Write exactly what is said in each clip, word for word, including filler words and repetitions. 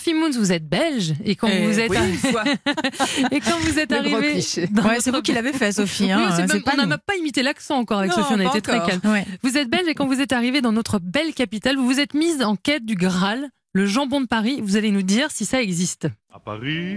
Sophie Moons, vous êtes belge et quand Eh vous êtes oui, arri- une fois. et quand vous êtes Le gros arrivé, cliché. dans Ouais, votre- c'est vous qui l'avez fait, Sophie. Hein, Oui, c'est c'est même- pas on n'a nous. même pas imité l'accent encore avec Non, Sophie, on a pas été très encore. calme. Ouais. Vous êtes belge et quand vous êtes arrivé dans notre belle capitale, vous vous êtes mise en quête du Graal, le jambon de Paris. Vous allez nous dire si ça existe. À Paris,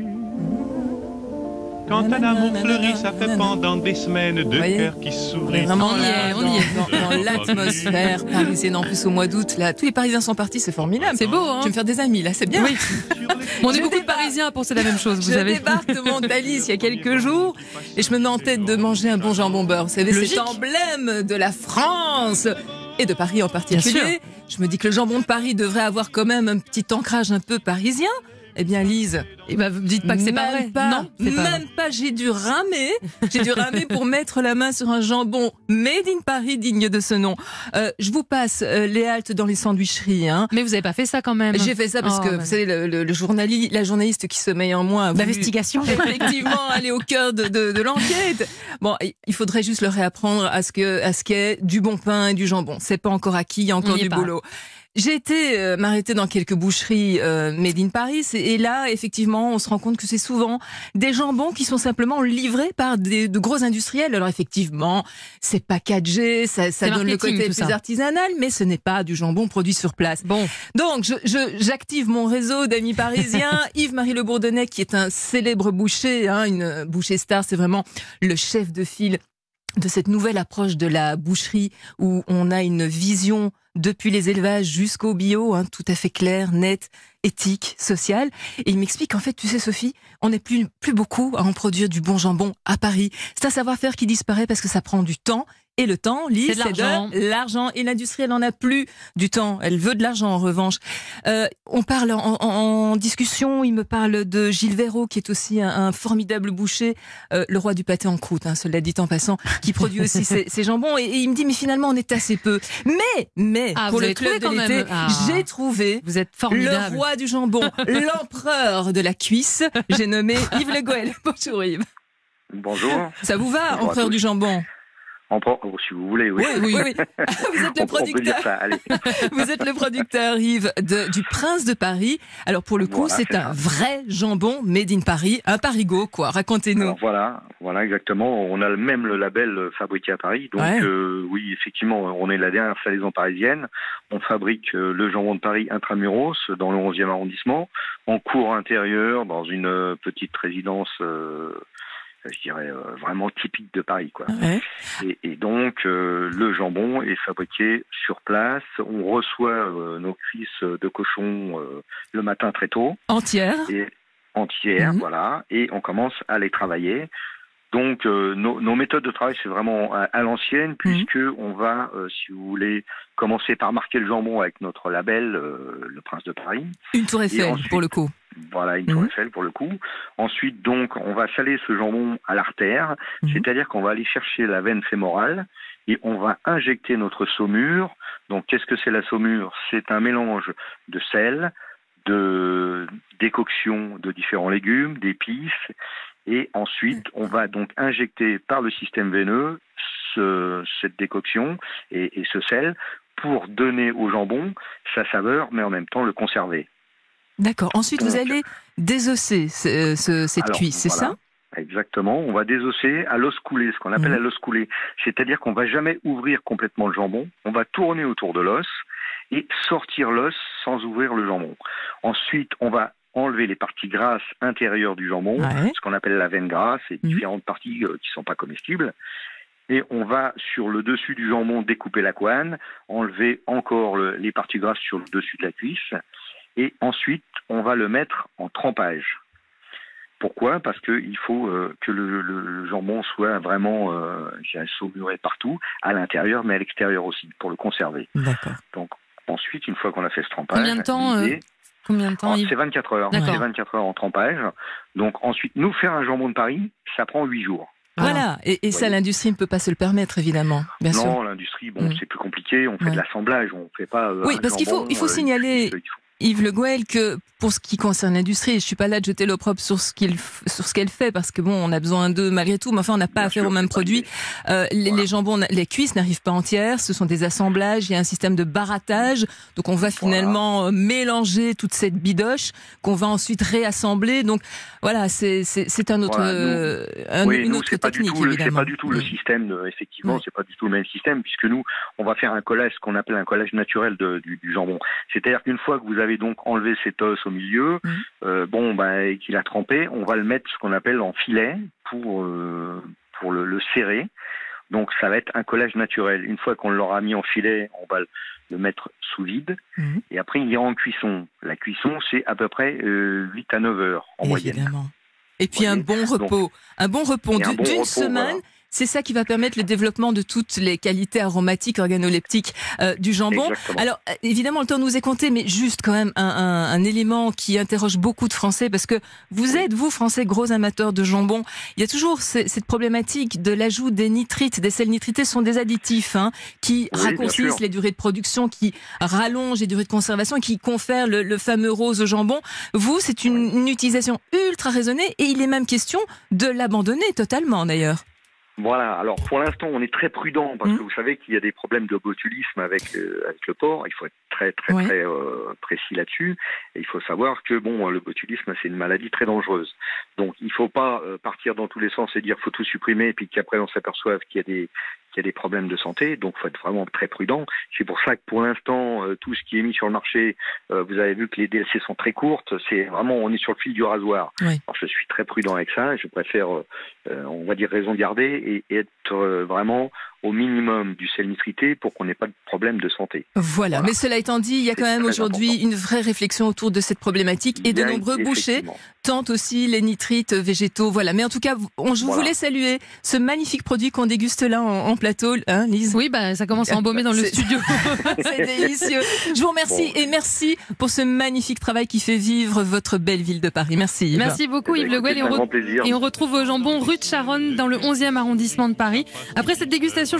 quand un amour fleurit, ça fait pendant des semaines deux Voyez, cœurs qui On est sourient. vraiment On y là, est, on dans, y est. dans- dans l'atmosphère parisienne. En plus, au mois d'août, là, tous les Parisiens sont partis, c'est formidable. C'est beau, hein? Je vais me faire des amis, là, c'est bien. Oui. On est Je beaucoup de débarque. Parisiens pour c'est la même chose, vous Je savez. débarque de Montalis il y a quelques jours et je me mets en tête de manger un bon jambon beurre. Vous savez, Logique. cet emblème de la France et de Paris en Bien particulier. Je me dis que le jambon de Paris devrait avoir quand même un petit ancrage un peu parisien. Eh bien, Lise, Eh ben, vous me dites pas que c'est pas même vrai. pas, Non, c'est pas vrai. même pas. J'ai dû ramer, j'ai dû ramer pour mettre la main sur un jambon made in Paris digne de ce nom. Euh, je vous passe euh, les haltes dans les sandwicheries. Hein. Mais vous avez pas fait ça quand même. J'ai fait ça parce Oh, que bah. vous savez, le, le, le journali- la journaliste qui sommeille en moi a voulu D'investigation. effectivement aller au cœur de, de, de l'enquête. Bon, il faudrait juste leur réapprendre à ce que à ce qu'est du bon pain et du jambon. C'est pas encore acquis, il y a encore On y est du pas. boulot. J'ai été euh, m'arrêter dans quelques boucheries euh, made in Paris et là, effectivement, on se rend compte que c'est souvent des jambons qui sont simplement livrés par des, de gros industriels. Alors effectivement, c'est packagé, ça, ça C'est donne le marketing, côté tout plus ça. artisanal, mais ce n'est pas du jambon produit sur place. Bon, Donc, je, je- j'active mon réseau d'amis parisiens. Yves-Marie Le Bourdonnais, qui est un célèbre boucher, hein, une boucher star, c'est vraiment le chef de file de cette nouvelle approche de la boucherie où on a une vision depuis les élevages jusqu'au bio, hein, tout à fait clair, net, éthique, social. Et il m'explique qu'en fait, tu sais Sophie, on n'est plus, plus beaucoup à en produire du bon jambon à Paris. C'est un savoir-faire qui disparaît parce que ça prend du temps. Et le temps, Lise, C'est de c'est l'argent. de l'argent. Et l'industrie, elle n'en a plus du temps. Elle veut de l'argent, en revanche. Euh, on parle en, en- en discussion, il me parle de Gilles Verreau, qui est aussi un, un formidable boucher, euh, le roi du pâté en croûte, hein, cela dit en passant, qui produit aussi ses, ses jambons. Et, et il me dit, mais finalement, on est assez peu. Mais, mais, Ah, pour vous le avez club trouvé de quand l'été, même. Ah. j'ai trouvé vous êtes le formidable. roi du jambon, l'empereur de la cuisse. J'ai nommé Yves Le Goël. Bonjour Yves. Bonjour. Ça vous va, Bonjour à empereur tous. du jambon? On prend, oh, si vous voulez, oui. oui, oui. Vous êtes le On, peut- on peut dire producteur. ça, allez. Vous êtes le producteur, Yves, de- du Prince de Paris. Alors, pour le coup, Voilà, c'est c'est un ça. vrai jambon made in Paris, un parigot, quoi. Racontez-nous. Alors, voilà, voilà, exactement. On a le- même le label euh, fabriqué à Paris. Donc, Ouais. euh, oui, effectivement, on est la dernière salaison parisienne. On fabrique euh, le jambon de Paris intramuros, dans le onzième arrondissement, en cours intérieur, dans une euh, petite résidence, euh, je dirais, euh, vraiment typique de Paris, quoi. Ouais. Et, et donc, euh, le jambon est fabriqué sur place. On reçoit euh, nos cuisses de cochon euh, le matin très tôt, Entière. et entières, Mhm. voilà, et on commence à les travailler. Donc, euh, nos, nos méthodes de travail, c'est vraiment à, à l'ancienne, puisque on va, euh, si vous voulez, commencer par marquer le jambon avec notre label, euh, le Prince de Paris. Une tour Eiffel, ensuite- pour le coup. Voilà, une tour Mhm. Eiffel pour le coup. Ensuite, donc, on va saler ce jambon à l'artère, Mhm. c'est-à-dire qu'on va aller chercher la veine fémorale et on va injecter notre saumure. Donc, qu'est-ce que c'est la saumure? C'est un mélange de sel, de décoction de différents légumes, d'épices, et ensuite, on va donc injecter par le système veineux ce- cette décoction et, et ce sel pour donner au jambon sa saveur, mais en même temps le conserver. D'accord. Ensuite, vous Donc- allez désosser ce- ce- cette Alors, cuisse, c'est voilà. ça? Exactement, on va désosser à l'os coulé, ce qu'on appelle Mhm. à l'os coulé. C'est-à-dire qu'on va jamais ouvrir complètement le jambon, on va tourner autour de l'os et sortir l'os sans ouvrir le jambon. Ensuite, on va enlever les parties grasses intérieures du jambon, Ouais. ce qu'on appelle la veine grasse et Mhm. différentes parties euh, qui sont pas comestibles. Et on va, sur le dessus du jambon, découper la couenne, enlever encore le- les parties grasses sur le dessus de la cuisse. Et ensuite, on va le mettre en trempage. Pourquoi? Parce qu'il faut euh, que le, le- le jambon soit vraiment euh, je dirais, saumuré partout, à l'intérieur, mais à l'extérieur aussi, pour le conserver. D'accord. Donc, ensuite, une fois qu'on a fait ce trempage, Combien de temps, l'idée- Combien de temps, Oh, Yves? c'est vingt-quatre heures. D'accord. C'est vingt-quatre heures en trempage. Donc, ensuite, nous faire un jambon de Paris, ça prend huit jours. Voilà. Et, et ça, Voyez. l'industrie ne peut pas se le permettre, évidemment. Bien sûr. Non, l'industrie, bon, Mm. c'est plus compliqué. On fait Ouais. de l'assemblage, on fait pas. euh, Oui, un parce qu'il faut, jambon, il faut euh, signaler. il faut- Yves Le Gouel, que pour ce qui concerne l'industrie, je suis pas là de jeter l'opprobre sur ce qu'il sur ce qu'elle fait, parce que bon, on a besoin d'eux malgré tout, mais enfin on n'a pas Bien affaire sûr, aux mêmes c'est pas produits. l'idée. Euh, les, Voilà. les jambons, les cuisses n'arrivent pas entières, ce sont des assemblages, il y a un système de barattage, donc on va finalement voilà. mélanger toute cette bidoche qu'on va ensuite réassembler. Donc voilà, c'est c'est, c'est un autre, Voilà, nous, euh, un, oui, une nous, autre c'est pas technique du tout, le- évidemment. c'est pas du tout le Oui. système. De, effectivement, Oui. c'est pas du tout le même système, puisque nous, on va faire un collage, ce qu'on appelle un collage naturel de, du, du jambon. C'est-à-dire qu'une fois que vous avez donc enlevé cet os au milieu, Mhm. euh, bon, ben, et qu'il a trempé, on va le mettre ce qu'on appelle en filet pour euh, pour le, le serrer. Donc, ça va être un collage naturel. Une fois qu'on l'aura mis en filet, on va le, le mettre sous vide, Mhm. et après il ira en cuisson. La cuisson, c'est à peu près euh, huit à neuf heures en moyenne. Évidemment. Et puis un Voyez, bon repos, un bon repos et un du- bon d'une repos, semaine. voilà. C'est ça qui va permettre le développement de toutes les qualités aromatiques, organoleptiques euh, du jambon. Exactement. Alors, euh, évidemment, le temps nous est compté, mais juste quand même un, un, un élément qui interroge beaucoup de Français, parce que vous Oui. êtes, vous, Français, gros amateurs de jambon. Il y a toujours ce- cette problématique de l'ajout des nitrites, des sels nitrités sont des additifs hein, qui Oui, bien raccourcissent sûr. les durées de production, qui rallongent les durées de conservation et qui confèrent le, le fameux rose au jambon. Vous, c'est une, une utilisation ultra raisonnée et il est même question de l'abandonner totalement, d'ailleurs. Voilà, alors pour l'instant on est très prudent parce Mm. que vous savez qu'il y a des problèmes de botulisme avec, euh, avec le porc, il faut être très très Ouais. très euh, précis là-dessus, et il faut savoir que bon, le botulisme c'est une maladie très dangereuse, donc il ne faut pas euh, partir dans tous les sens et dire faut tout supprimer et puis qu'après on s'aperçoive qu'il y a des qu'il y a des problèmes de santé, donc il faut être vraiment très prudent. C'est pour ça que pour l'instant, euh, tout ce qui est mis sur le marché, euh, vous avez vu que les D L C sont très courtes, c'est vraiment, on est sur le fil du rasoir. Oui. Alors je suis très prudent avec ça, et je préfère, euh, on va dire, raison garder et, et être euh, vraiment au minimum du sel nitrité pour qu'on n'ait pas de problème de santé. Voilà. Voilà. Mais cela étant dit, il y a C'est quand même très aujourd'hui important. une vraie réflexion autour de cette problématique et de Bien, nombreux bouchers effectivement. tentent aussi les nitrites végétaux. Voilà. Mais en tout cas, on, je Voilà. voulais saluer ce magnifique produit qu'on déguste là en, en plateau, hein, Lise. Oui, bah, ça commence à embaumer dans le C'est- studio. C'est délicieux. Je vous remercie Bon. et merci pour ce magnifique travail qui fait vivre votre belle ville de Paris. Merci Yves. Merci beaucoup Eh ben, Yves Le Gouel. écoutez, Et on, c'est un re- grand plaisir. et on retrouve vos jambons rue de Charonne dans le onzième arrondissement de Paris. Après cette dégustation,